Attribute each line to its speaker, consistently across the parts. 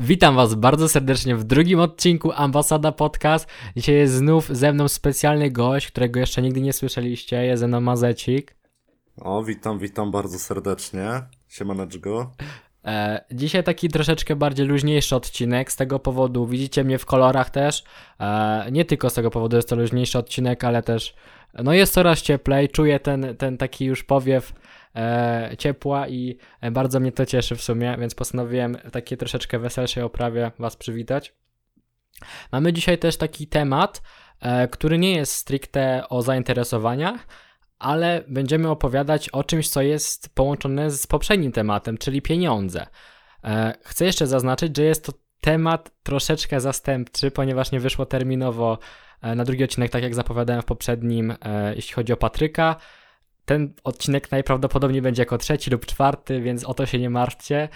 Speaker 1: Witam Was bardzo serdecznie w drugim odcinku Ambasada Podcast. Dzisiaj jest znów ze mną specjalny gość, którego jeszcze nigdy nie słyszeliście. Jest ze mną Mazecik.
Speaker 2: O, witam bardzo serdecznie. Siemaneczko.
Speaker 1: Dzisiaj taki troszeczkę bardziej luźniejszy odcinek. Z tego powodu widzicie mnie w kolorach też. Nie tylko z tego powodu jest to luźniejszy odcinek, ale też jest coraz cieplej. Czuję ten taki już powiew ciepła i bardzo mnie to cieszy w sumie, więc postanowiłem w takiej troszeczkę weselszej oprawie Was przywitać. Mamy dzisiaj też taki temat, który nie jest stricte o zainteresowaniach, ale będziemy opowiadać o czymś, co jest połączone z poprzednim tematem, czyli pieniądze. Chcę jeszcze zaznaczyć, że jest to temat troszeczkę zastępczy, ponieważ nie wyszło terminowo na drugi odcinek, tak jak zapowiadałem w poprzednim, jeśli chodzi o Patryka. Ten odcinek najprawdopodobniej będzie jako 3. lub 4, więc o to się nie martwcie.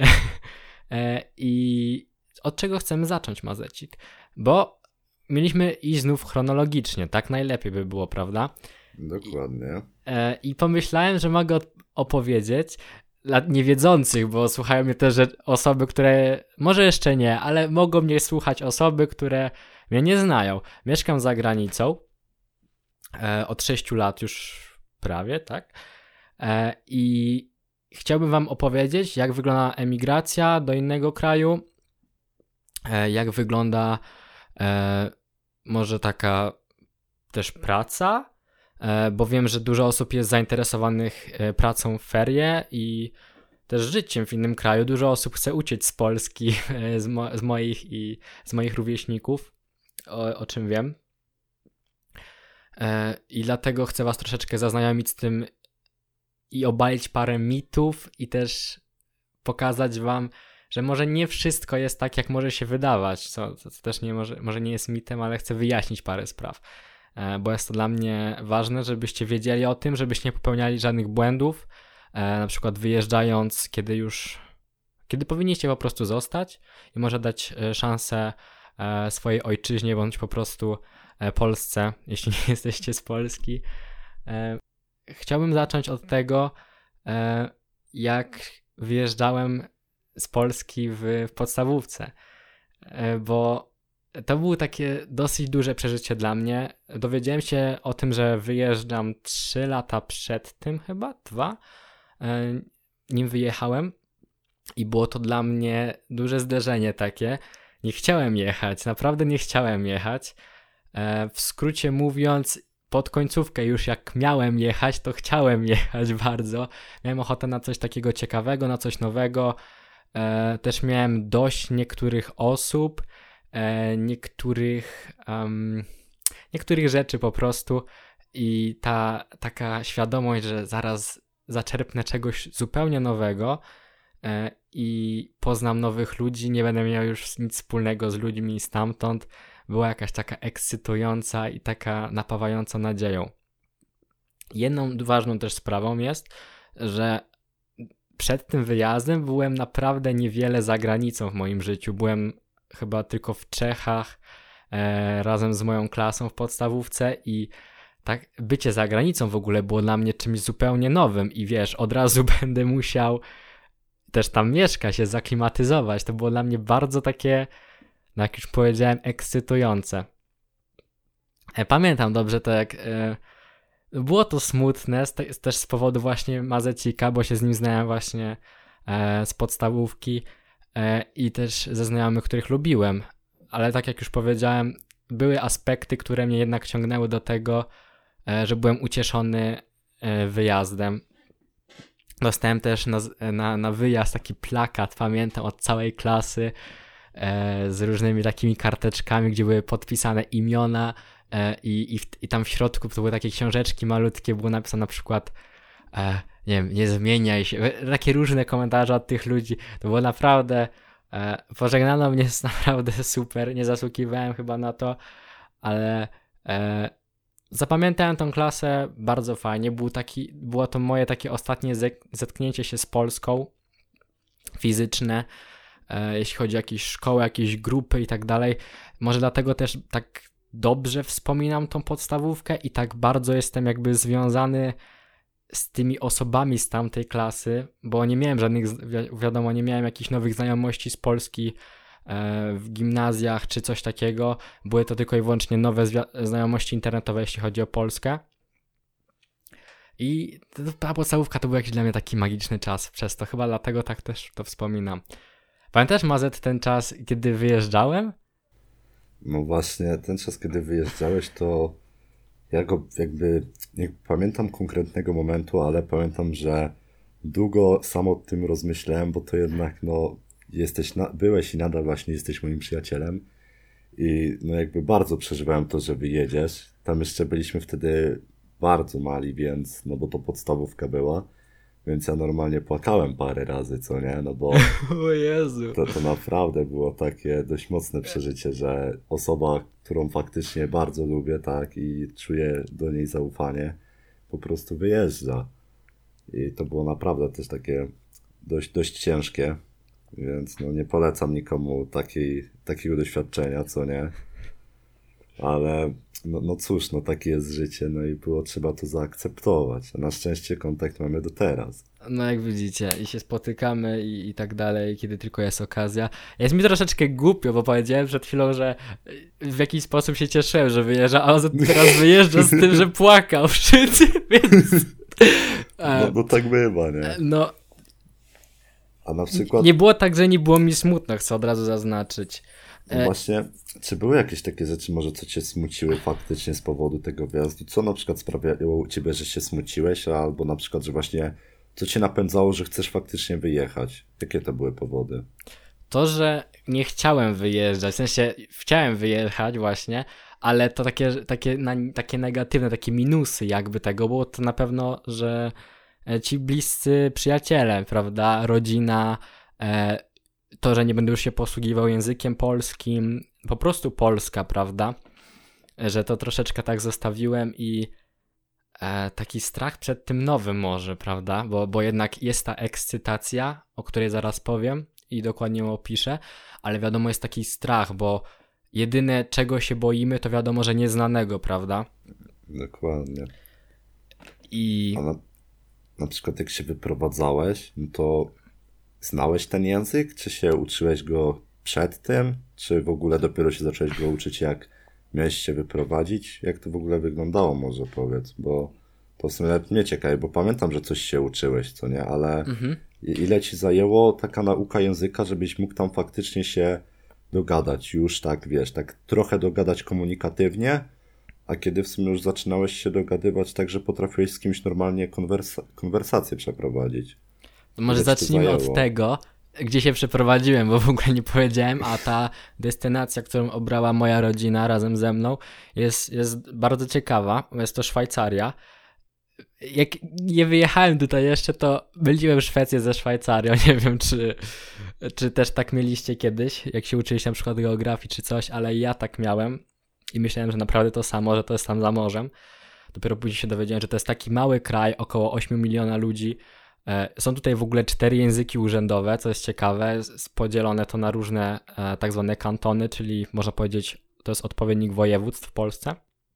Speaker 1: I od czego chcemy zacząć, Mazecik? Bo mieliśmy iść znów chronologicznie, tak najlepiej by było, prawda?
Speaker 2: Dokładnie.
Speaker 1: I pomyślałem, że mogę opowiedzieć dla niewiedzących, bo słuchają mnie też osoby, które może jeszcze nie, ale mogą mnie słuchać osoby, które mnie nie znają. Mieszkam za granicą od 6 lat już prawie, tak? I chciałbym Wam opowiedzieć, jak wygląda emigracja do innego kraju, jak wygląda może taka też praca, bo wiem, że dużo osób jest zainteresowanych pracą w ferie i też życiem w innym kraju. Dużo osób chce uciec z Polski, z moich rówieśników, o czym wiem. I dlatego chcę Was troszeczkę zaznajomić z tym i obalić parę mitów i też pokazać Wam, że może nie wszystko jest tak, jak może się wydawać, co też może nie jest mitem, ale chcę wyjaśnić parę spraw, bo jest to dla mnie ważne, żebyście wiedzieli o tym, żebyście nie popełniali żadnych błędów, na przykład wyjeżdżając, kiedy powinniście po prostu zostać i może dać szansę swojej ojczyźnie, bądź po prostu Polsce, jeśli nie jesteście z Polski. Chciałbym zacząć od tego, jak wyjeżdżałem z Polski w podstawówce, bo to było takie dosyć duże przeżycie dla mnie. Dowiedziałem się o tym, że wyjeżdżam 3 lata przed tym chyba, 2, nim wyjechałem i było to dla mnie duże zderzenie takie. Nie chciałem jechać, naprawdę nie chciałem jechać. W skrócie mówiąc, pod końcówkę już jak miałem jechać, to chciałem jechać bardzo. Miałem ochotę na coś takiego ciekawego, na coś nowego. Też miałem dość niektórych osób, niektórych rzeczy po prostu i ta taka świadomość, że zaraz zaczerpnę czegoś zupełnie nowego i poznam nowych ludzi, nie będę miał już nic wspólnego z ludźmi stamtąd, była jakaś taka ekscytująca i taka napawająca nadzieją. Jedną ważną też sprawą jest, że przed tym wyjazdem byłem naprawdę niewiele za granicą w moim życiu. Byłem chyba tylko w Czechach razem z moją klasą w podstawówce i tak bycie za granicą w ogóle było dla mnie czymś zupełnie nowym i wiesz, od razu będę musiał też tam mieszkać, się zaklimatyzować. To było dla mnie bardzo takie, jak już powiedziałem, ekscytujące. Pamiętam dobrze to, jak było to smutne, też z powodu właśnie Mazecika, bo się z nim znałem właśnie z podstawówki i też ze znajomych, których lubiłem. Ale tak jak już powiedziałem, były aspekty, które mnie jednak ciągnęły do tego, że byłem ucieszony wyjazdem. Dostałem też na wyjazd taki plakat, pamiętam, od całej klasy z różnymi takimi karteczkami, gdzie były podpisane imiona i tam w środku to były takie książeczki malutkie, było napisane na przykład nie wiem, nie zmieniaj się, takie różne komentarze od tych ludzi. To było naprawdę pożegnano mnie, jest naprawdę super, nie zasługiwałem chyba na to, ale zapamiętałem tą klasę bardzo fajnie. Było to moje takie ostatnie zetknięcie się z Polską, fizyczne, jeśli chodzi o jakieś szkoły, jakieś grupy i tak dalej. Może dlatego też tak dobrze wspominam tą podstawówkę i tak bardzo jestem jakby związany z tymi osobami z tamtej klasy, bo nie miałem żadnych, wiadomo, nie miałem jakichś nowych znajomości z Polski w gimnazjach czy coś takiego. Były to tylko i wyłącznie nowe znajomości internetowe, jeśli chodzi o Polskę. I ta podstawówka to był jakiś dla mnie taki magiczny czas przez to. Chyba dlatego tak też to wspominam. Pamiętasz, Mazet, ten czas, kiedy wyjeżdżałem?
Speaker 2: No właśnie, ten czas, kiedy wyjeżdżałeś, to ja go jakby nie pamiętam konkretnego momentu, ale pamiętam, że długo sam o tym rozmyślałem, bo to jednak no byłeś i nadal właśnie jesteś moim przyjacielem i no jakby bardzo przeżywałem to, że wyjedziesz. Tam jeszcze byliśmy wtedy bardzo mali, więc no bo to podstawówka była, więc ja normalnie płakałem parę razy, co nie, no bo
Speaker 1: O Jezu.
Speaker 2: to naprawdę było takie dość mocne przeżycie, że osoba, którą faktycznie bardzo lubię, tak, i czuję do niej zaufanie, po prostu wyjeżdża. I to było naprawdę też takie dość ciężkie, więc no nie polecam nikomu takiego doświadczenia, co nie. Ale no cóż, no takie jest życie, no i trzeba to zaakceptować. A na szczęście kontakt mamy do teraz.
Speaker 1: No jak widzicie, i się spotykamy i tak dalej, kiedy tylko jest okazja. Jest mi troszeczkę głupio, bo powiedziałem przed chwilą, że w jakiś sposób się cieszyłem, że wyjeżdża, a on teraz wyjeżdża z tym, że płakał przy tym, więc...
Speaker 2: No tak bywa, nie?
Speaker 1: No,
Speaker 2: a na przykład...
Speaker 1: Nie było tak, że nie było mi smutno, chcę od razu zaznaczyć.
Speaker 2: No właśnie, czy były jakieś takie rzeczy może, co cię smuciły faktycznie z powodu tego wyjazdu? Co na przykład sprawiało u ciebie, że się smuciłeś, albo na przykład, że właśnie co cię napędzało, że chcesz faktycznie wyjechać? Jakie to były powody?
Speaker 1: To, że nie chciałem wyjeżdżać, w sensie chciałem wyjechać właśnie, ale to takie negatywne, takie minusy jakby tego było to na pewno, że ci bliscy przyjaciele, prawda, rodzina, to, że nie będę już się posługiwał językiem polskim, po prostu Polska, prawda, że to troszeczkę tak zostawiłem i taki strach przed tym nowym może, prawda, bo jednak jest ta ekscytacja, o której zaraz powiem i dokładnie ją opiszę, ale wiadomo jest taki strach, bo jedyne czego się boimy to wiadomo, że nieznanego, prawda.
Speaker 2: Dokładnie.
Speaker 1: I...
Speaker 2: A na przykład jak się wyprowadzałeś, no to znałeś ten język? Czy się uczyłeś go przed tym? Czy w ogóle dopiero się zacząłeś go uczyć, jak miałeś się wyprowadzić? Jak to w ogóle wyglądało, może powiedz? Bo to w sumie nawet mnie ciekawi, bo pamiętam, że coś się uczyłeś, co nie? Ale ile ci zajęło taka nauka języka, żebyś mógł tam faktycznie się dogadać? Już tak, wiesz, tak trochę dogadać komunikatywnie, a kiedy w sumie już zaczynałeś się dogadywać tak, że potrafiłeś z kimś normalnie konwersację przeprowadzić?
Speaker 1: Może zacznijmy od tego, gdzie się przeprowadziłem, bo w ogóle nie powiedziałem, a ta destynacja, którą obrała moja rodzina razem ze mną jest bardzo ciekawa, jest to Szwajcaria. Jak nie wyjechałem tutaj jeszcze, to myliłem Szwecję ze Szwajcarią, nie wiem czy też tak mieliście kiedyś, jak się uczyliście na przykład geografii czy coś, ale ja tak miałem i myślałem, że naprawdę to samo, że to jest tam za morzem. Dopiero później się dowiedziałem, że to jest taki mały kraj, około 8 miliona ludzi. Są tutaj w ogóle 4 języki urzędowe, co jest ciekawe, podzielone to na różne tak zwane kantony, czyli można powiedzieć, to jest odpowiednik województw w Polsce.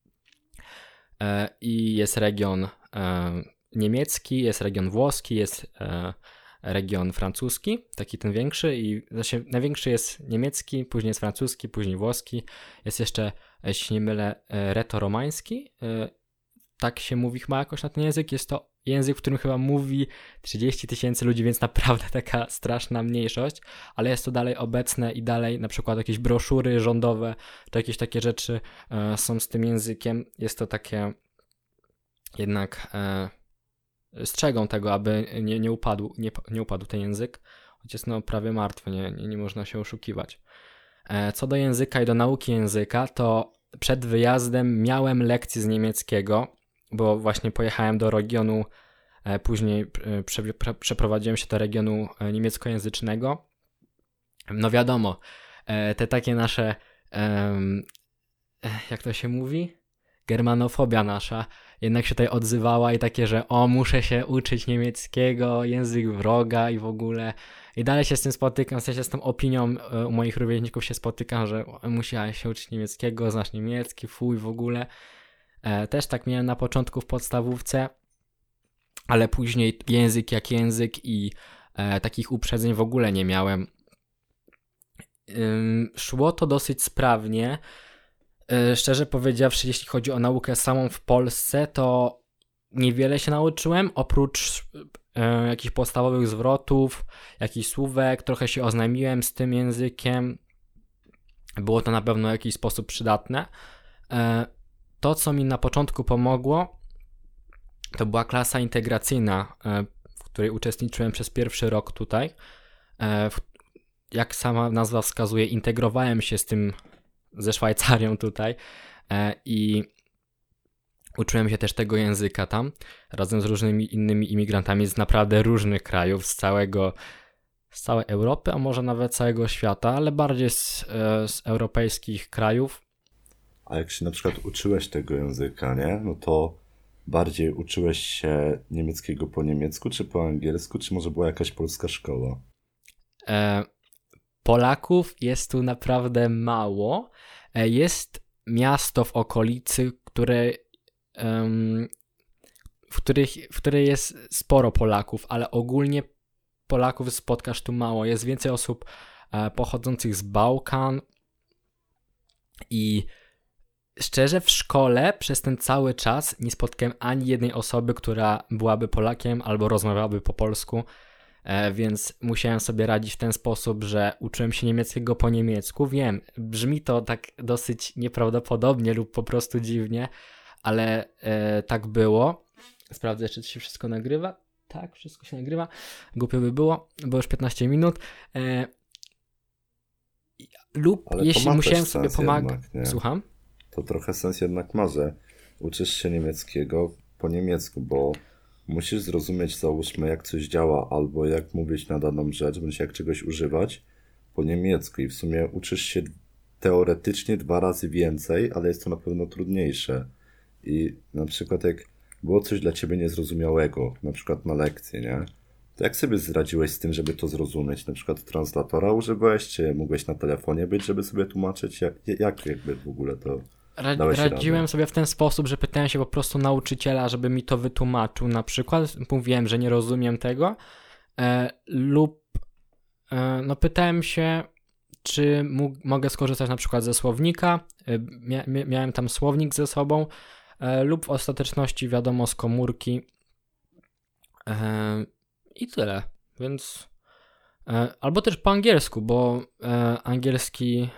Speaker 1: I jest region niemiecki, jest region włoski, jest region francuski, taki ten większy i znaczy największy jest niemiecki, później jest francuski, później włoski, jest jeszcze, jeśli nie mylę, retoromański, tak się mówi chyba jakoś na ten język, jest to język, w którym chyba mówi 30 000 ludzi, więc naprawdę taka straszna mniejszość, ale jest to dalej obecne i dalej na przykład jakieś broszury rządowe, czy jakieś takie rzeczy są z tym językiem. Jest to takie jednak strzegą tego, aby nie upadł ten język, choć jest no prawie martwy, nie można się oszukiwać. Co do języka i do nauki języka, to przed wyjazdem miałem lekcje z niemieckiego, bo właśnie pojechałem do regionu, później przeprowadziłem się do regionu niemieckojęzycznego. No wiadomo, te takie nasze, jak to się mówi? Germanofobia nasza jednak się tutaj odzywała i takie, że muszę się uczyć niemieckiego, język wroga i w ogóle. I dalej się z tym spotykam, w sensie z tą opinią u moich rówieśników się spotykam, że musiałeś się uczyć niemieckiego, znasz niemiecki, fuj w ogóle. Też tak miałem na początku w podstawówce, ale później język jak język i takich uprzedzeń w ogóle nie miałem. szło to dosyć sprawnie. Szczerze powiedziawszy, jeśli chodzi o naukę samą w Polsce, to niewiele się nauczyłem, oprócz jakichś podstawowych zwrotów, jakichś słówek, trochę się oznajmiłem z tym językiem. Było to na pewno w jakiś sposób przydatne. To, co mi na początku pomogło, to była klasa integracyjna, w której uczestniczyłem przez pierwszy rok tutaj. Jak sama nazwa wskazuje, integrowałem się ze Szwajcarią tutaj i uczyłem się też tego języka tam, razem z różnymi innymi imigrantami z naprawdę różnych krajów, z całej Europy, a może nawet całego świata, ale bardziej z europejskich krajów.
Speaker 2: A jak się na przykład uczyłeś tego języka, nie? No to bardziej uczyłeś się niemieckiego po niemiecku, czy po angielsku, czy może była jakaś polska szkoła?
Speaker 1: Polaków jest tu naprawdę mało. Jest miasto w okolicy, w której jest sporo Polaków, ale ogólnie Polaków spotkasz tu mało. Jest więcej osób pochodzących z Bałkan i szczerze w szkole przez ten cały czas nie spotkałem ani jednej osoby, która byłaby Polakiem albo rozmawiałaby po polsku, więc musiałem sobie radzić w ten sposób, że uczyłem się niemieckiego po niemiecku. Wiem, brzmi to tak dosyć nieprawdopodobnie lub po prostu dziwnie, ale tak było. Sprawdzę jeszcze, czy się wszystko nagrywa. Tak, wszystko się nagrywa. Głupio by było, bo już 15 minut. Lub
Speaker 2: Ale
Speaker 1: jeśli musiałem sobie pomagać...
Speaker 2: Słucham? To trochę sens jednak ma, że uczysz się niemieckiego po niemiecku, bo musisz zrozumieć, załóżmy, jak coś działa, albo jak mówić na daną rzecz, bądź jak czegoś używać po niemiecku i w sumie uczysz się teoretycznie 2 razy więcej, ale jest to na pewno trudniejsze. I na przykład jak było coś dla ciebie niezrozumiałego, na przykład na lekcji, nie? To jak sobie zradziłeś z tym, żeby to zrozumieć? Na przykład translatora używałeś, czy mogłeś na telefonie być, żeby sobie tłumaczyć? Jak jakby w ogóle to
Speaker 1: radziłem sobie w ten sposób, że pytałem się po prostu nauczyciela, żeby mi to wytłumaczył. Na przykład mówiłem, że nie rozumiem tego lub pytałem się, czy mogę skorzystać na przykład ze słownika. Miałem tam słownik ze sobą lub w ostateczności wiadomo z komórki. I tyle, więc albo też po angielsku, bo angielski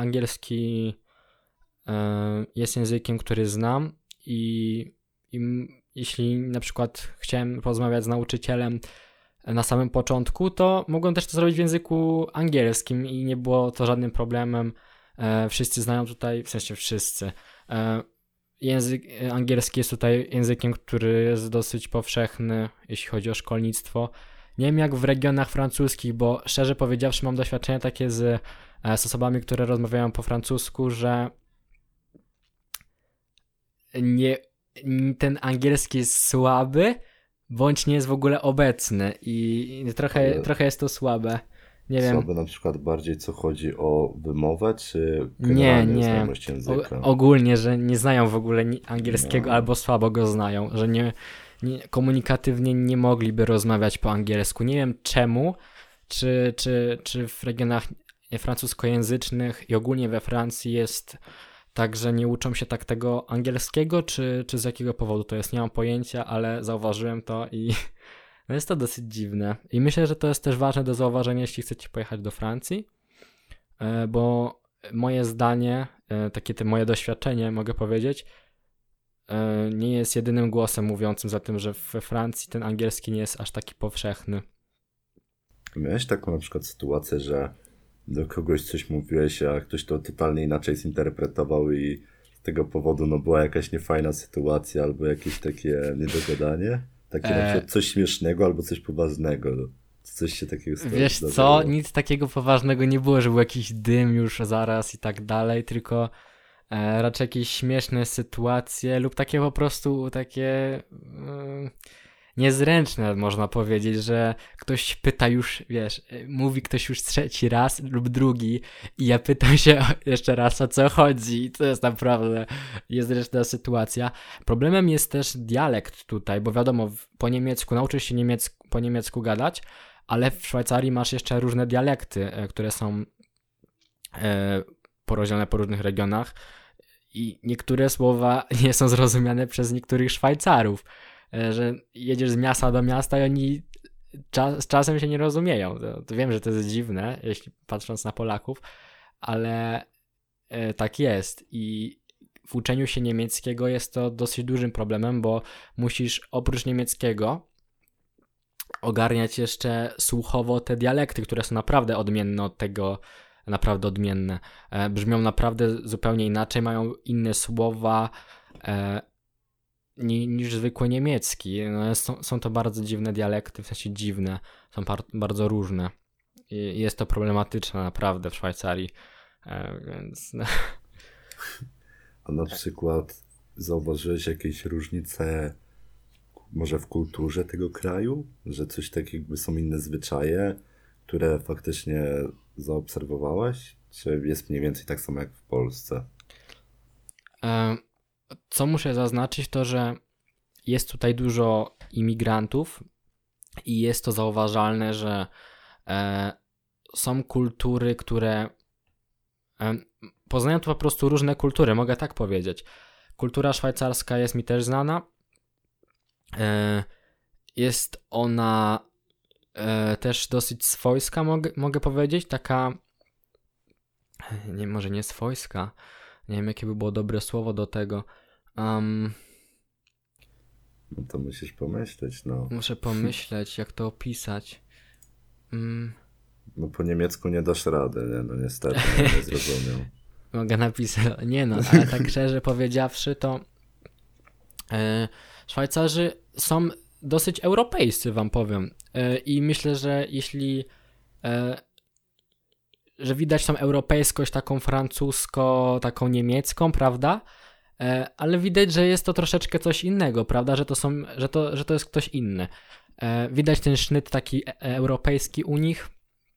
Speaker 1: jest językiem, który znam i jeśli na przykład chciałem porozmawiać z nauczycielem na samym początku, to mogłem też to zrobić w języku angielskim i nie było to żadnym problemem. Wszyscy znają tutaj, w sensie wszyscy. Język angielski jest tutaj językiem, który jest dosyć powszechny, jeśli chodzi o szkolnictwo. Nie wiem jak w regionach francuskich, bo szczerze powiedziawszy mam doświadczenie takie z osobami, które rozmawiają po francusku, że ten angielski jest słaby, bądź nie jest w ogóle obecny i trochę jest to słabe. Nie wiem.
Speaker 2: Słabe na przykład bardziej co chodzi o wymowę, czy generalnie znajomość języka?
Speaker 1: Ogólnie, że nie znają w ogóle angielskiego albo słabo go znają, że komunikatywnie nie mogliby rozmawiać po angielsku. Nie wiem czemu, czy w regionach francuskojęzycznych i ogólnie we Francji jest tak, że nie uczą się tak tego angielskiego, czy z jakiego powodu to jest, nie mam pojęcia, ale zauważyłem to i no jest to dosyć dziwne. I myślę, że to jest też ważne do zauważenia, jeśli chcecie pojechać do Francji, bo moje zdanie, takie moje doświadczenie, mogę powiedzieć, nie jest jedynym głosem mówiącym za tym, że we Francji ten angielski nie jest aż taki powszechny.
Speaker 2: Miałeś taką na przykład sytuację, że do kogoś coś mówiłeś, a ktoś to totalnie inaczej zinterpretował i z tego powodu była jakaś niefajna sytuacja albo jakieś takie niedogadanie? Takie na przykład coś śmiesznego albo coś poważnego. Coś się takiego stało.
Speaker 1: Wiesz co, nic takiego poważnego nie było, że był jakiś dym już zaraz i tak dalej, tylko raczej jakieś śmieszne sytuacje lub takie po prostu takie niezręczne, można powiedzieć, że ktoś pyta już, wiesz, mówi ktoś już 3 raz lub drugi i ja pytam się jeszcze raz o co chodzi i to jest naprawdę niezręczna sytuacja. Problemem jest też dialekt tutaj, bo wiadomo, po niemiecku nauczysz się po niemiecku gadać, ale w Szwajcarii masz jeszcze różne dialekty, które są porozdzielone po różnych regionach i niektóre słowa nie są zrozumiane przez niektórych Szwajcarów, że jedziesz z miasta do miasta i oni z czasem się nie rozumieją. To wiem, że to jest dziwne, jeśli patrząc na Polaków, ale tak jest i w uczeniu się niemieckiego jest to dosyć dużym problemem, bo musisz oprócz niemieckiego ogarniać jeszcze słuchowo te dialekty, które są naprawdę odmienne od tego, naprawdę odmienne. Brzmią naprawdę zupełnie inaczej, mają inne słowa niż zwykły niemiecki. No, są to bardzo dziwne dialekty, w sensie dziwne, są bardzo różne. I jest to problematyczne naprawdę w Szwajcarii, więc... No.
Speaker 2: A na przykład zauważyłeś jakieś różnice może w kulturze tego kraju? Że coś takiego są inne zwyczaje, które faktycznie zaobserwowałeś? Czy jest mniej więcej tak samo jak w Polsce?
Speaker 1: Co muszę zaznaczyć, to że jest tutaj dużo imigrantów i jest to zauważalne, że są kultury, które poznają tu po prostu różne kultury, mogę tak powiedzieć. Kultura szwajcarska jest mi też znana. Jest ona też dosyć swojska, mogę powiedzieć, taka może nie swojska, nie wiem jakie by było dobre słowo do tego.
Speaker 2: No to musisz pomyśleć, no.
Speaker 1: Muszę pomyśleć, jak to opisać.
Speaker 2: No po niemiecku nie dasz rady, nie? No niestety, nie zrozumiał.
Speaker 1: Mogę napisać, nie no, ale tak szczerze powiedziawszy, to Szwajcarzy są dosyć europejscy, wam powiem. I myślę, że jeśli że widać tą europejskość taką francusko, taką niemiecką, prawda? Ale widać, że jest to troszeczkę coś innego, prawda? Że to jest ktoś inny. Widać ten sznyt taki europejski u nich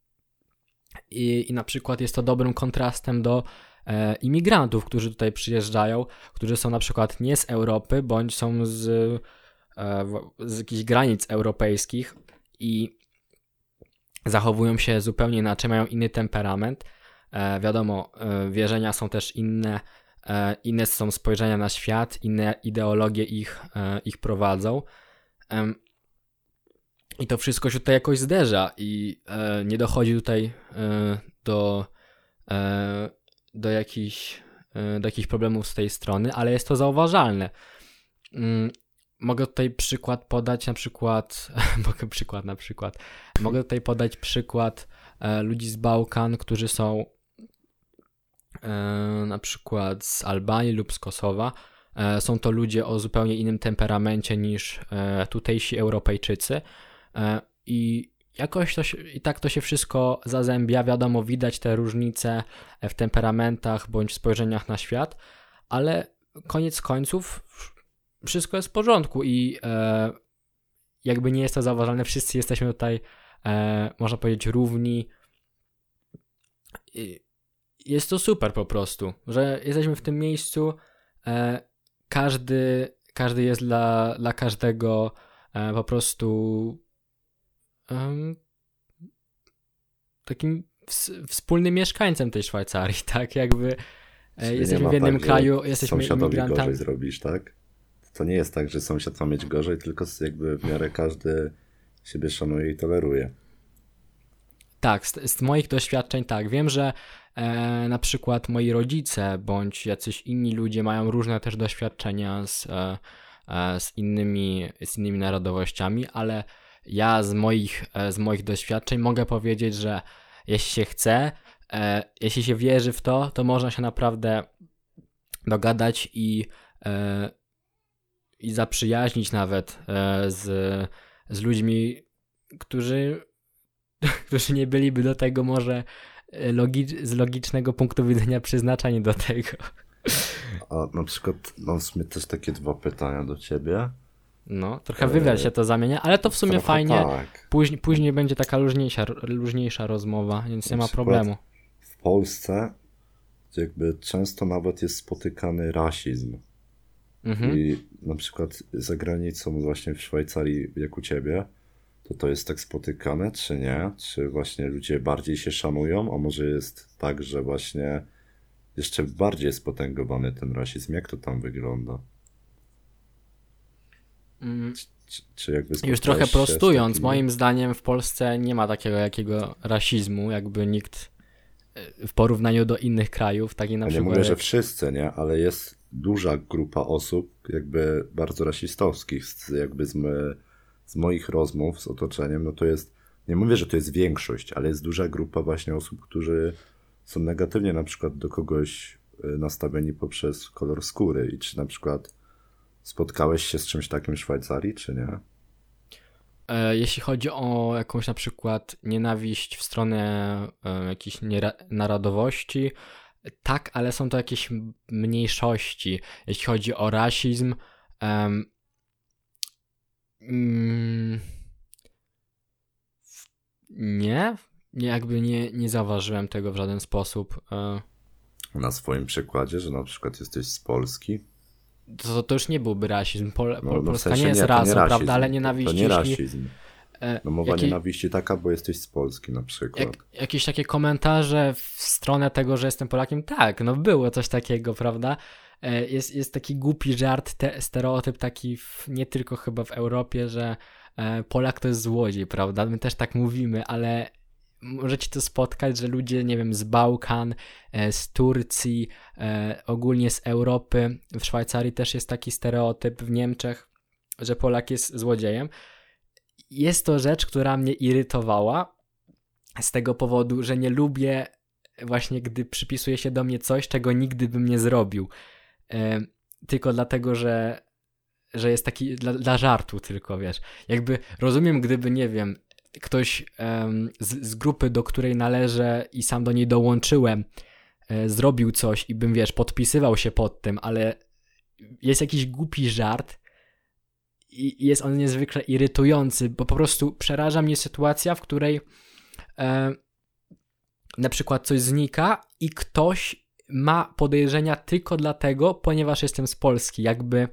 Speaker 1: i na przykład jest to dobrym kontrastem do imigrantów, którzy tutaj przyjeżdżają, którzy są na przykład nie z Europy, bądź są z jakichś granic europejskich i zachowują się zupełnie inaczej, mają inny temperament. Wiadomo, wierzenia są też inne, inne są spojrzenia na świat, inne ideologie ich prowadzą. I to wszystko się tutaj jakoś zderza i nie dochodzi tutaj do jakichś problemów z tej strony, ale jest to zauważalne. Mogę tutaj przykład podać Mogę tutaj podać przykład ludzi z Bałkan, którzy są na przykład z Albanii lub z Kosowa. Są to ludzie o zupełnie innym temperamencie niż tutejsi Europejczycy i jakoś i tak to się wszystko zazębia. Wiadomo, widać te różnice w temperamentach bądź w spojrzeniach na świat, ale koniec końców wszystko jest w porządku i jakby nie jest to zauważalne, wszyscy jesteśmy tutaj, można powiedzieć, równi. Jest to super po prostu, że jesteśmy w tym miejscu, każdy jest dla każdego po prostu takim wspólnym mieszkańcem tej Szwajcarii, tak? Jakby jesteśmy w jednym kraju, jesteśmy imigrantami.
Speaker 2: Gorzej zrobisz, tak? To nie jest tak, że sąsiad ma mieć gorzej, tylko jakby w miarę każdy siebie szanuje i toleruje.
Speaker 1: Tak, z moich doświadczeń tak. Wiem, że na przykład moi rodzice bądź jacyś inni ludzie mają różne też doświadczenia z innymi narodowościami, ale ja z moich doświadczeń mogę powiedzieć, że jeśli się chce, jeśli się wierzy w to można się naprawdę dogadać i zaprzyjaźnić nawet z ludźmi, którzy nie byliby do tego może z logicznego punktu widzenia przeznaczeni do tego.
Speaker 2: A na przykład mam w sumie też takie dwa pytania do ciebie.
Speaker 1: No, trochę wywiad się to zamienia, ale to w sumie fajnie. Tak. Później będzie taka luźniejsza rozmowa, więc nie ma problemu.
Speaker 2: W Polsce jakby często nawet jest spotykany rasizm. I na przykład za granicą, właśnie w Szwajcarii, jak u ciebie, to jest tak spotykane, czy nie? Czy właśnie ludzie bardziej się szanują, a może jest tak, że właśnie jeszcze bardziej jest potęgowany ten rasizm? Jak to tam wygląda? Czy jakby
Speaker 1: Już trochę prostując, moim zdaniem w Polsce nie ma takiego jakiego rasizmu, jakby nikt w porównaniu do innych krajów, taki na przykład...
Speaker 2: Nie mówię, że wszyscy, nie? Ale jest duża grupa osób jakby bardzo rasistowskich, jakby z moich rozmów z otoczeniem, no to jest, nie mówię, że to jest większość, ale jest duża grupa właśnie osób, którzy są negatywnie na przykład do kogoś nastawieni poprzez kolor skóry i czy na przykład spotkałeś się z czymś takim w Szwajcarii, czy nie?
Speaker 1: Jeśli chodzi o jakąś na przykład nienawiść w stronę jakiejś narodowości, tak, ale są to jakieś mniejszości. Jeśli chodzi o rasizm, nie zauważyłem tego w żaden sposób.
Speaker 2: Na swoim przykładzie, że na przykład jesteś z Polski?
Speaker 1: To już nie byłby rasizm. Polska
Speaker 2: w sensie
Speaker 1: nie jest rasą,
Speaker 2: rasizm,
Speaker 1: prawda? Ale nienawiść...
Speaker 2: To nie rasizm. No mowa nienawiści taka, bo jesteś z Polski na przykład.
Speaker 1: Jakieś takie komentarze w stronę tego, że jestem Polakiem? Tak, no było coś takiego, prawda? Jest taki głupi żart, stereotyp taki nie tylko chyba w Europie, że Polak to jest złodziej, prawda? My też tak mówimy, ale możecie to spotkać, że ludzie, nie wiem, z Bałkan, z Turcji, ogólnie z Europy, w Szwajcarii też jest taki stereotyp, w Niemczech, że Polak jest złodziejem. Jest to rzecz, która mnie irytowała z tego powodu, że nie lubię właśnie, gdy przypisuje się do mnie coś, czego nigdy bym nie zrobił. Tylko dlatego, że jest taki dla żartu tylko, wiesz. Jakby rozumiem, gdyby, nie wiem, ktoś z grupy, do której należę i sam do niej dołączyłem, zrobił coś i bym, wiesz, podpisywał się pod tym, ale jest jakiś głupi żart i jest on niezwykle irytujący, bo po prostu przeraża mnie sytuacja, w której na przykład coś znika i ktoś ma podejrzenia tylko dlatego, ponieważ jestem z Polski. Jakby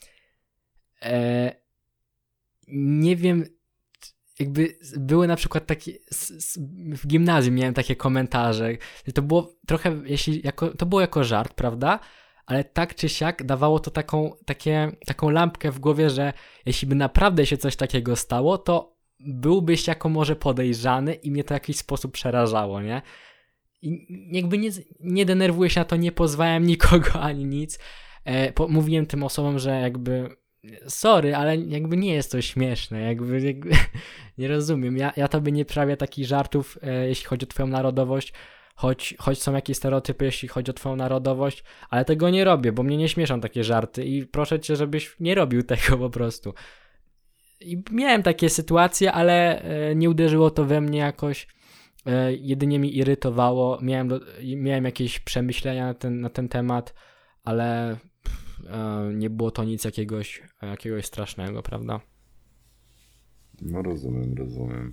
Speaker 1: nie wiem, jakby były na przykład takie w gimnazjum miałem takie komentarze. To było trochę, to było jako żart, prawda? Ale tak czy siak dawało to taką lampkę w głowie, że jeśli by naprawdę się coś takiego stało, to byłbyś jako może podejrzany i mnie to w jakiś sposób przerażało, nie? I jakby nie denerwuję się na to, nie pozwałem nikogo ani nic. Mówiłem tym osobom, że jakby sorry, ale jakby nie jest to śmieszne, jakby nie rozumiem. Ja tobie nie prawię takich żartów, jeśli chodzi o twoją narodowość, choć są jakieś stereotypy, jeśli chodzi o twoją narodowość, ale tego nie robię, bo mnie nie śmieszą takie żarty i proszę cię, żebyś nie robił tego po prostu. I miałem takie sytuacje, ale nie uderzyło to we mnie jakoś, jedynie mi irytowało, miałem jakieś przemyślenia na ten temat, ale nie było to nic jakiegoś strasznego, prawda?
Speaker 2: No rozumiem.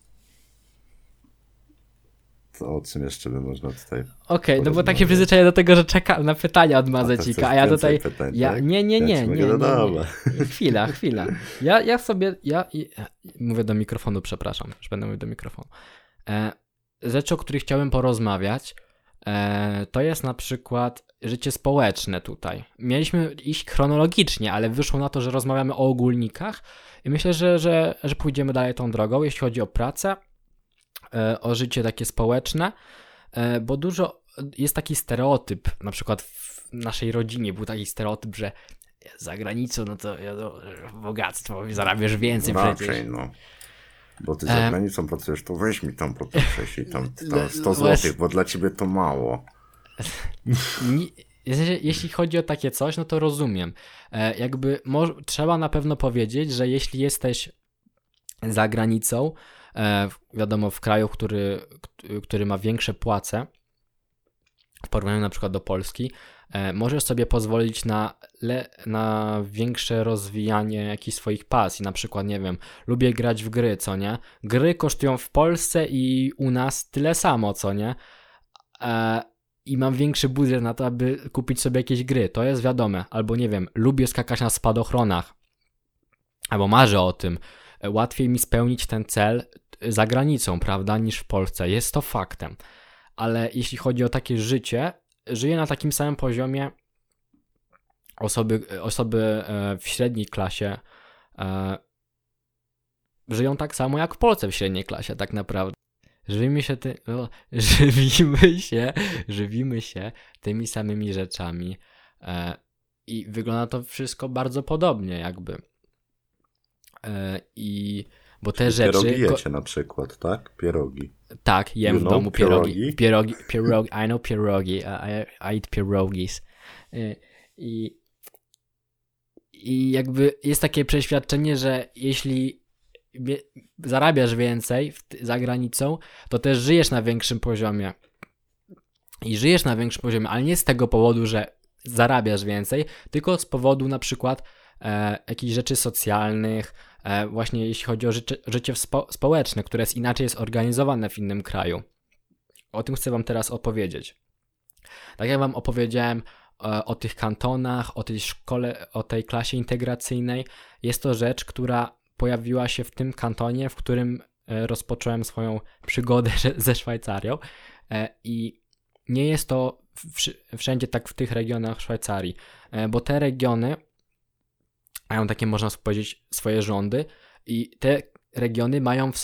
Speaker 2: To o czym jeszcze by można tutaj
Speaker 1: Okej, no bo takie przyzwyczajenie do tego, że czekam na pytania od Mazecika, a ja tutaj...
Speaker 2: Pytań,
Speaker 1: tak? Nie. Chwila. Ja mówię do mikrofonu, przepraszam, już będę mówił do mikrofonu. Rzeczy, o których chciałem porozmawiać, to jest na przykład życie społeczne tutaj. Mieliśmy iść chronologicznie, ale wyszło na to, że rozmawiamy o ogólnikach i myślę, że pójdziemy dalej tą drogą, jeśli chodzi o pracę, o życie takie społeczne, bo dużo jest taki stereotyp, na przykład w naszej rodzinie był taki stereotyp, że za granicą, no to bogactwo, zarabiasz więcej przecież.
Speaker 2: No. Bo ty za granicą pracujesz, to weź mi tam po 6 i tam 100 zł, bo dla ciebie to mało.
Speaker 1: Jeśli chodzi o takie coś, no to rozumiem. Jakby trzeba na pewno powiedzieć, że jeśli jesteś za granicą, wiadomo, w kraju, który ma większe płace, w porównaniu na przykład do Polski, możesz sobie pozwolić na większe rozwijanie jakichś swoich pasji. Na przykład, nie wiem, lubię grać w gry, co nie? Gry kosztują w Polsce i u nas tyle samo, co nie? I mam większy budżet na to, aby kupić sobie jakieś gry. To jest wiadome. Albo, nie wiem, lubię skakać na spadochronach. Albo marzę o tym. łatwiej mi spełnić ten cel za granicą, prawda, niż w Polsce. Jest to faktem. Ale jeśli chodzi o takie życie, żyję na takim samym poziomie osoby w średniej klasie żyją tak samo jak w Polsce w średniej klasie tak naprawdę. Żywimy się tymi samymi rzeczami i wygląda to wszystko bardzo podobnie jakby. Bo te rzeczy...
Speaker 2: Pierogi jecie na przykład, tak? Pierogi.
Speaker 1: Tak, jem w domu pierogi. Pierogi. I know pierogi. I eat pierogis. I jakby jest takie przeświadczenie, że jeśli zarabiasz więcej za granicą, to też żyjesz na większym poziomie. I żyjesz na większym poziomie, ale nie z tego powodu, że zarabiasz więcej, tylko z powodu na przykład jakichś rzeczy socjalnych, właśnie jeśli chodzi o życie społeczne, które inaczej jest organizowane w innym kraju. O tym chcę wam teraz opowiedzieć. Tak jak wam opowiedziałem o tych kantonach, o tej szkole, o tej klasie integracyjnej, jest to rzecz, która pojawiła się w tym kantonie, w którym rozpocząłem swoją przygodę ze Szwajcarią i nie jest to wszędzie tak w tych regionach Szwajcarii, bo te regiony mają takie, można powiedzieć, swoje rządy i te regiony mają w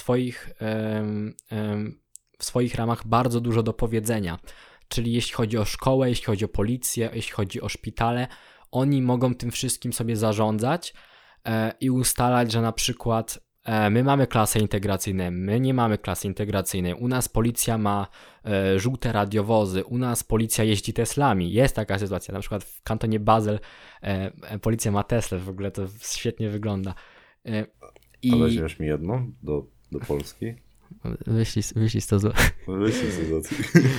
Speaker 1: swoich ramach bardzo dużo do powiedzenia. Czyli jeśli chodzi o szkołę, jeśli chodzi o policję, jeśli chodzi o szpitale, oni mogą tym wszystkim sobie zarządzać i ustalać, że na przykład my mamy klasy integracyjne, my nie mamy klasy integracyjnej, u nas policja ma żółte radiowozy, u nas policja jeździ Teslami, jest taka sytuacja, na przykład w kantonie Basel policja ma Teslę, w ogóle to świetnie wygląda.
Speaker 2: A weźmiesz mi jedną do Polski?
Speaker 1: Wyślij 100 zł.
Speaker 2: Wyślij 100 zł.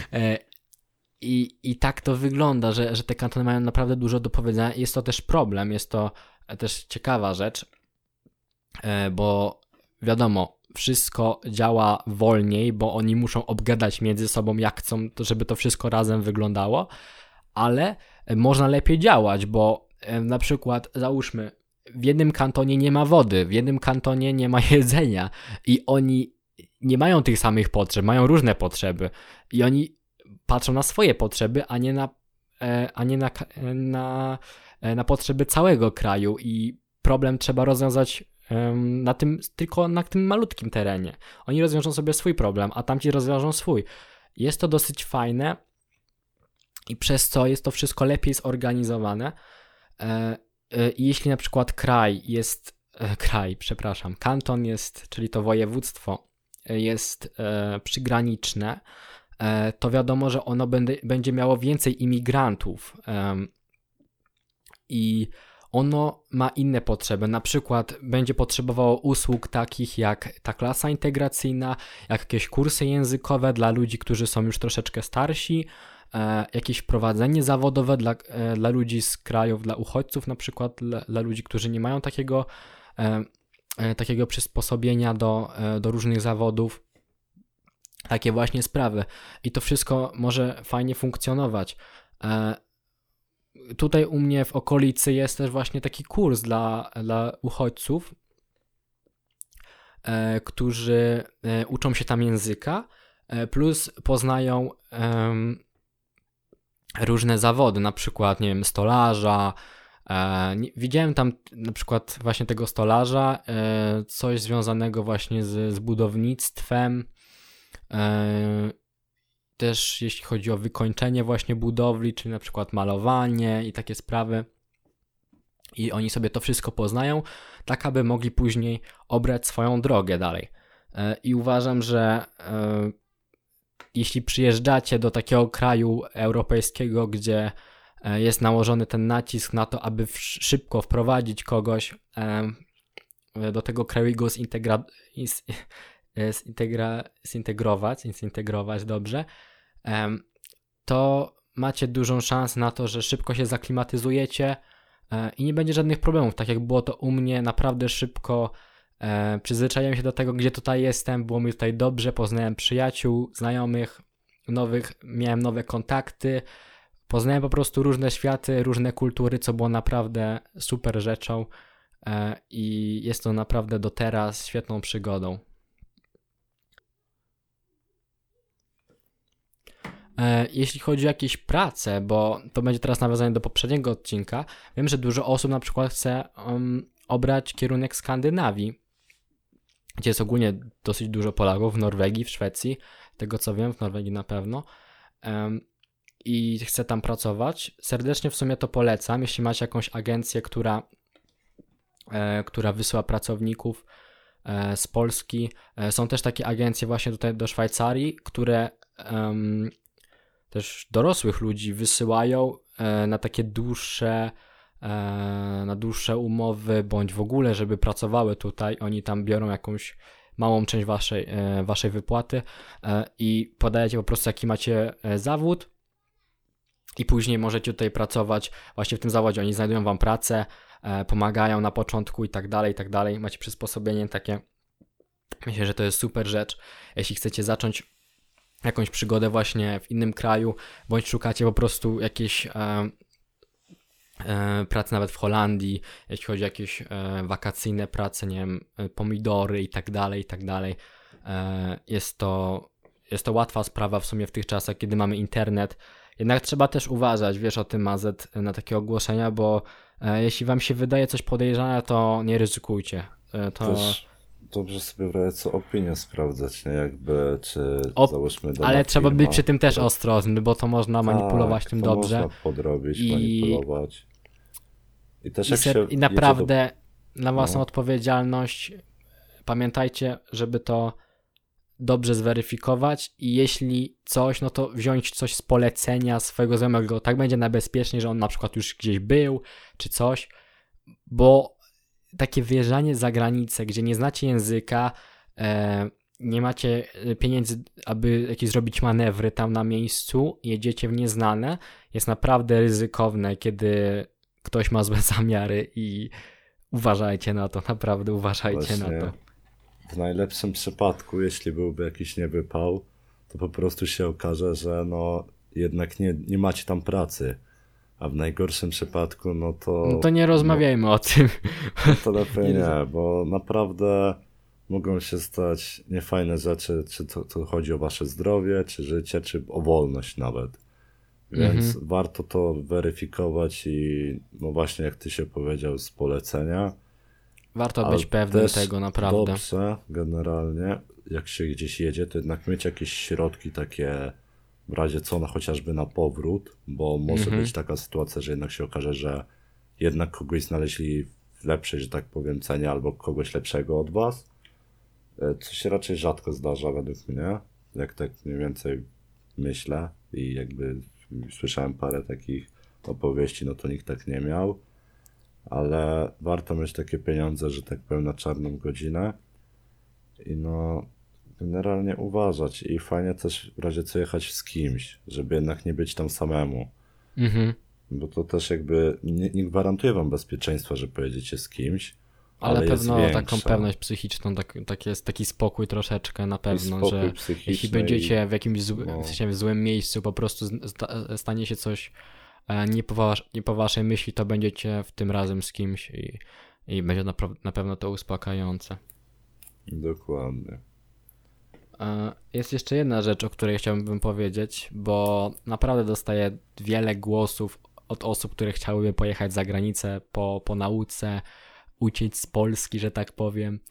Speaker 1: I tak to wygląda, że te kantony mają naprawdę dużo do powiedzenia. Jest to też problem, jest to też ciekawa rzecz, bo wiadomo, wszystko działa wolniej, bo oni muszą obgadać między sobą, jak chcą, żeby to wszystko razem wyglądało, ale można lepiej działać, bo na przykład załóżmy, w jednym kantonie nie ma wody, w jednym kantonie nie ma jedzenia i oni nie mają tych samych potrzeb, mają różne potrzeby i oni patrzą na swoje potrzeby, a nie na potrzeby całego kraju i problem trzeba rozwiązać tylko na tym malutkim terenie. Oni rozwiążą sobie swój problem, a tamci rozwiążą swój. Jest to dosyć fajne i przez co jest to wszystko lepiej zorganizowane. I jeśli na przykład kanton jest, czyli to województwo jest przygraniczne, to wiadomo, że ono będzie miało więcej imigrantów i ono ma inne potrzeby, na przykład będzie potrzebowało usług takich jak ta klasa integracyjna, jak jakieś kursy językowe dla ludzi, którzy są już troszeczkę starsi, jakieś wprowadzenie zawodowe dla ludzi z krajów, dla uchodźców na przykład, dla ludzi, którzy nie mają takiego przysposobienia do różnych zawodów. Takie właśnie sprawy. I to wszystko może fajnie funkcjonować. Tutaj u mnie w okolicy jest też właśnie taki kurs dla uchodźców, którzy uczą się tam języka, plus poznają różne zawody, na przykład, nie wiem, stolarza. Widziałem tam na przykład właśnie tego stolarza, coś związanego właśnie z budownictwem, też jeśli chodzi o wykończenie właśnie budowli, czyli na przykład malowanie i takie sprawy. I oni sobie to wszystko poznają, tak aby mogli później obrać swoją drogę dalej. I uważam, że jeśli przyjeżdżacie do takiego kraju europejskiego, gdzie jest nałożony ten nacisk na to, aby szybko wprowadzić kogoś do tego kraju i go zintegrować dobrze, to macie dużą szansę na to, że szybko się zaklimatyzujecie i nie będzie żadnych problemów, tak jak było to u mnie, naprawdę szybko przyzwyczaiłem się do tego, gdzie tutaj jestem, było mi tutaj dobrze, poznałem przyjaciół, znajomych, nowych, miałem nowe kontakty, poznałem po prostu różne światy, różne kultury, co było naprawdę super rzeczą i jest to naprawdę do teraz świetną przygodą. Jeśli chodzi o jakieś prace, bo to będzie teraz nawiązanie do poprzedniego odcinka, wiem, że dużo osób na przykład chce obrać kierunek Skandynawii, gdzie jest ogólnie dosyć dużo Polaków, w Norwegii, w Szwecji, tego co wiem, w Norwegii na pewno, i chce tam pracować. Serdecznie w sumie to polecam, jeśli macie jakąś agencję, która wysyła pracowników z Polski. Są też takie agencje właśnie tutaj do Szwajcarii, które też dorosłych ludzi wysyłają na takie dłuższe umowy, bądź w ogóle, żeby pracowały tutaj. Oni tam biorą jakąś małą część waszej wypłaty i podajecie po prostu, jaki macie zawód, i później możecie tutaj pracować właśnie w tym zawodzie. Oni znajdują wam pracę, pomagają na początku i tak dalej. Macie przysposobienie takie. Myślę, że to jest super rzecz, jeśli chcecie zacząć jakąś przygodę właśnie w innym kraju, bądź szukacie po prostu jakiejś pracy nawet w Holandii, jeśli chodzi o jakieś wakacyjne prace, nie wiem, pomidory i tak dalej. Jest to łatwa sprawa w sumie w tych czasach, kiedy mamy internet. Jednak trzeba też uważać, wiesz o tym, Mazet, na takie ogłoszenia, bo jeśli wam się wydaje coś podejrzane, to nie ryzykujcie.
Speaker 2: Też dobrze sobie w razie co opinię sprawdzać, nie? Jakby, czy załóżmy dana
Speaker 1: ale trzeba
Speaker 2: firma,
Speaker 1: być przy tym też ostrożny, bo to można manipulować tym
Speaker 2: to
Speaker 1: dobrze.
Speaker 2: można podrobić, manipulować. I też
Speaker 1: I naprawdę na własną odpowiedzialność pamiętajcie, żeby to dobrze zweryfikować, i jeśli coś, no to wziąć coś z polecenia swojego znajomego, tak będzie najbezpieczniej, że on na przykład już gdzieś był, czy coś, bo takie wyjeżdżanie za granicę, gdzie nie znacie języka, nie macie pieniędzy, aby jakieś zrobić manewry tam na miejscu, jedziecie w nieznane, jest naprawdę ryzykowne, kiedy ktoś ma złe zamiary, i uważajcie na to, naprawdę uważajcie
Speaker 2: właśnie
Speaker 1: na to.
Speaker 2: W najlepszym przypadku, jeśli byłby jakiś niewypał, to po prostu się okaże, że no jednak nie macie tam pracy. A w najgorszym przypadku, no to
Speaker 1: nie rozmawiajmy o tym.
Speaker 2: To lepiej nie, bo naprawdę mogą się stać niefajne rzeczy, czy to chodzi o wasze zdrowie, czy życie, czy o wolność nawet. Więc warto to weryfikować i no właśnie, jak ty się powiedział, z polecenia.
Speaker 1: Warto być pewnym tego, naprawdę.
Speaker 2: Dobrze, generalnie, jak się gdzieś jedzie, to jednak mieć jakieś środki takie w razie co, chociażby na powrót, bo może być taka sytuacja, że jednak się okaże, że jednak kogoś znaleźli w lepszej, że tak powiem, cenie, albo kogoś lepszego od was, co się raczej rzadko zdarza według mnie, jak tak mniej więcej myślę i jakby słyszałem parę takich opowieści, no to nikt tak nie miał, ale warto mieć takie pieniądze, że tak powiem, na czarną godzinę i no generalnie uważać, i fajnie też w razie co jechać z kimś, żeby jednak nie być tam samemu. Bo to też jakby nie gwarantuje wam bezpieczeństwa, że pojedziecie z kimś, ale
Speaker 1: pewno taką pewność psychiczną, jest taki spokój troszeczkę na pewno, że jeśli będziecie w jakimś w złym miejscu, po prostu stanie się coś nie po waszej myśli, to będziecie w tym razem z kimś i będzie na pewno to uspokajające.
Speaker 2: Dokładnie.
Speaker 1: Jest jeszcze jedna rzecz, o której chciałbym powiedzieć, bo naprawdę dostaję wiele głosów od osób, które chciałyby pojechać za granicę po nauce, uciec z Polski, że tak powiem.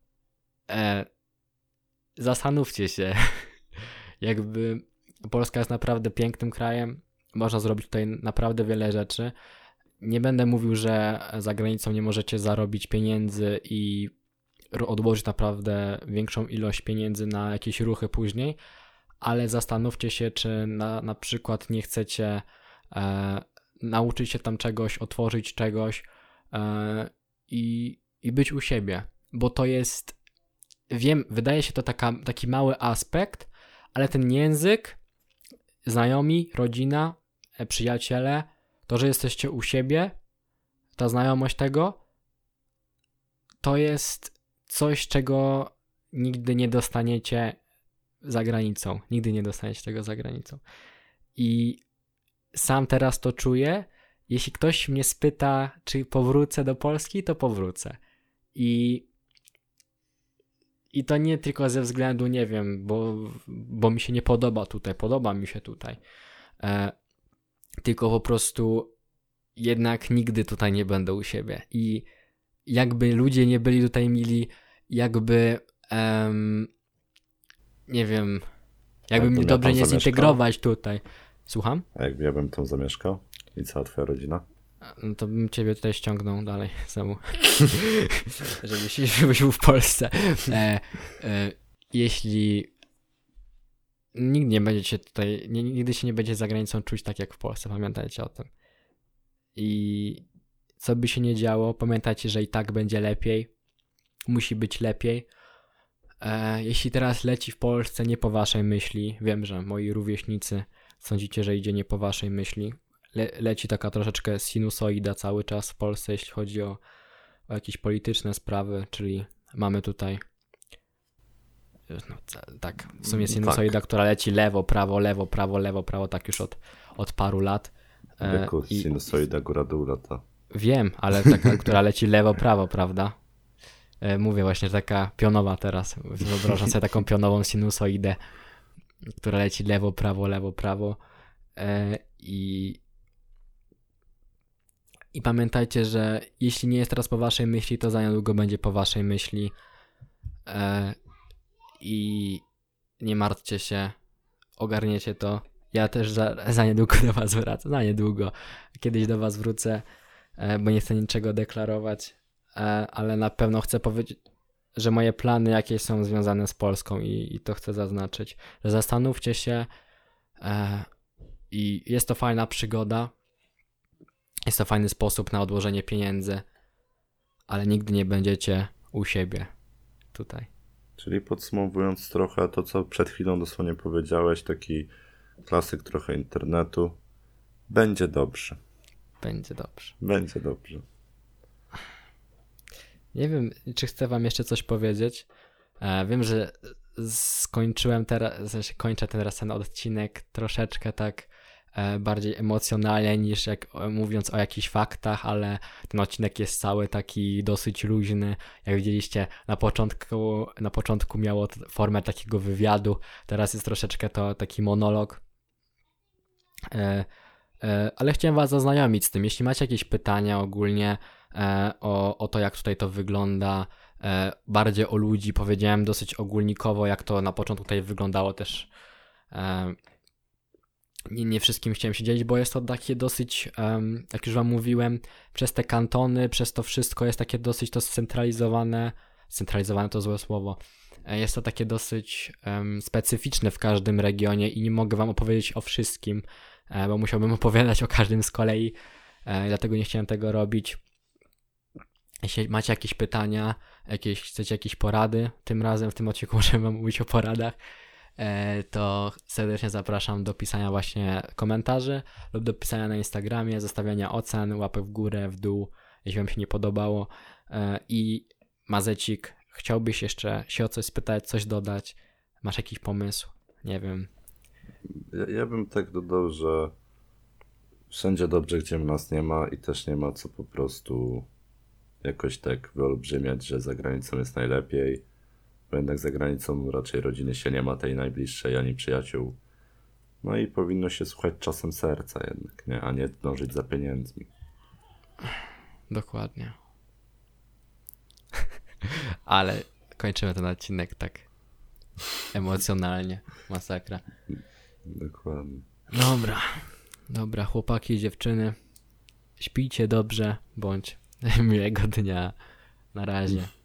Speaker 1: Zastanówcie się. Jakby Polska jest naprawdę pięknym krajem, można zrobić tutaj naprawdę wiele rzeczy. Nie będę mówił, że za granicą nie możecie zarobić pieniędzy i odłożyć naprawdę większą ilość pieniędzy na jakieś ruchy później, ale zastanówcie się, czy na przykład nie chcecie nauczyć się tam czegoś, otworzyć czegoś i być u siebie, bo to jest, wiem, wydaje się to taki mały aspekt, ale ten język, znajomi, rodzina, przyjaciele, to, że jesteście u siebie, ta znajomość tego, to jest coś, czego nigdy nie dostaniecie za granicą. Nigdy nie dostaniecie tego za granicą. I sam teraz to czuję jeśli ktoś mnie spyta, czy powrócę do Polski, to powrócę. I to nie tylko ze względu, nie wiem, bo mi się nie podoba tutaj, podoba mi się tutaj. Tylko po prostu jednak nigdy tutaj nie będę u siebie. I jakby ludzie nie byli tutaj mili, jakby nie wiem, jakby mnie dobrze nie zintegrować tutaj. Słucham?
Speaker 2: A jakby ja bym tam zamieszkał? I cała twoja rodzina?
Speaker 1: No to bym ciebie tutaj ściągnął dalej samemu. żebyś był w Polsce. Jeśli nigdy nie będziecie tutaj, nigdy się nie będzie za granicą czuć tak jak w Polsce, pamiętajcie o tym. I co by się nie działo, pamiętajcie, że i tak będzie lepiej. Musi być lepiej. Jeśli teraz leci w Polsce nie po waszej myśli, wiem, że moi rówieśnicy sądzicie, że idzie nie po waszej myśli, leci taka troszeczkę sinusoida cały czas w Polsce, jeśli chodzi o jakieś polityczne sprawy, czyli mamy tutaj tak, w sumie sinusoida, która leci lewo, prawo, lewo, prawo, lewo, prawo, tak już od paru lat.
Speaker 2: Sinusoida góra-dół lata.
Speaker 1: Wiem, ale taka, która leci lewo, prawo, prawda? Mówię właśnie, taka pionowa teraz. Wyobrażam sobie taką pionową sinusoidę, która leci lewo, prawo, lewo, prawo. I pamiętajcie, że jeśli nie jest teraz po waszej myśli, to za niedługo będzie po waszej myśli. I nie martwcie się, ogarniecie to. Ja też za niedługo do was wracam. Za niedługo. Kiedyś do was wrócę, bo nie chcę niczego deklarować, ale na pewno chcę powiedzieć, że moje plany jakieś są związane z Polską i to chcę zaznaczyć. Że zastanówcie się i jest to fajna przygoda. Jest to fajny sposób na odłożenie pieniędzy, ale nigdy nie będziecie u siebie tutaj.
Speaker 2: Czyli podsumowując trochę to, co przed chwilą dosłownie powiedziałeś, taki klasyk trochę internetu. Będzie dobrze.
Speaker 1: Będzie dobrze.
Speaker 2: Będzie dobrze.
Speaker 1: Nie wiem, czy chcę wam jeszcze coś powiedzieć. Wiem, że kończę teraz ten odcinek troszeczkę tak bardziej emocjonalnie niż mówiąc o jakichś faktach, ale ten odcinek jest cały taki dosyć luźny. Jak widzieliście, na początku miało formę takiego wywiadu, teraz jest troszeczkę to taki monolog. Ale chciałem was zaznajomić z tym. Jeśli macie jakieś pytania ogólnie o to, jak tutaj to wygląda, bardziej o ludzi, powiedziałem dosyć ogólnikowo, jak to na początku tutaj wyglądało też. Nie wszystkim chciałem się dzielić, bo jest to takie dosyć, jak już wam mówiłem, przez te kantony, przez to wszystko jest takie dosyć to scentralizowane to złe słowo, jest to takie dosyć specyficzne w każdym regionie i nie mogę wam opowiedzieć o wszystkim, bo musiałbym opowiadać o każdym z kolei, dlatego nie chciałem tego robić. Jeśli macie jakieś pytania, chcecie jakieś porady, tym razem w tym odcinku możemy wam mówić o poradach, to serdecznie zapraszam do pisania właśnie komentarzy lub do pisania na Instagramie, zostawiania ocen, łapek w górę, w dół, jeśli wam się nie podobało. I Mazecik, chciałbyś jeszcze się o coś spytać, coś dodać? Masz jakiś pomysł? Nie wiem.
Speaker 2: Ja bym tak dodał, że wszędzie dobrze, gdzie nas nie ma i też nie ma co po prostu jakoś tak wyolbrzymiać, że za granicą jest najlepiej, bo jednak za granicą raczej rodziny się nie ma, tej najbliższej, ani przyjaciół. No i powinno się słuchać czasem serca jednak, nie? A nie dążyć za pieniędzmi.
Speaker 1: Dokładnie. Ale kończymy ten odcinek tak emocjonalnie. Masakra.
Speaker 2: Dokładnie.
Speaker 1: Dobra, chłopaki i dziewczyny, śpijcie dobrze, bądź miłego dnia. Na razie.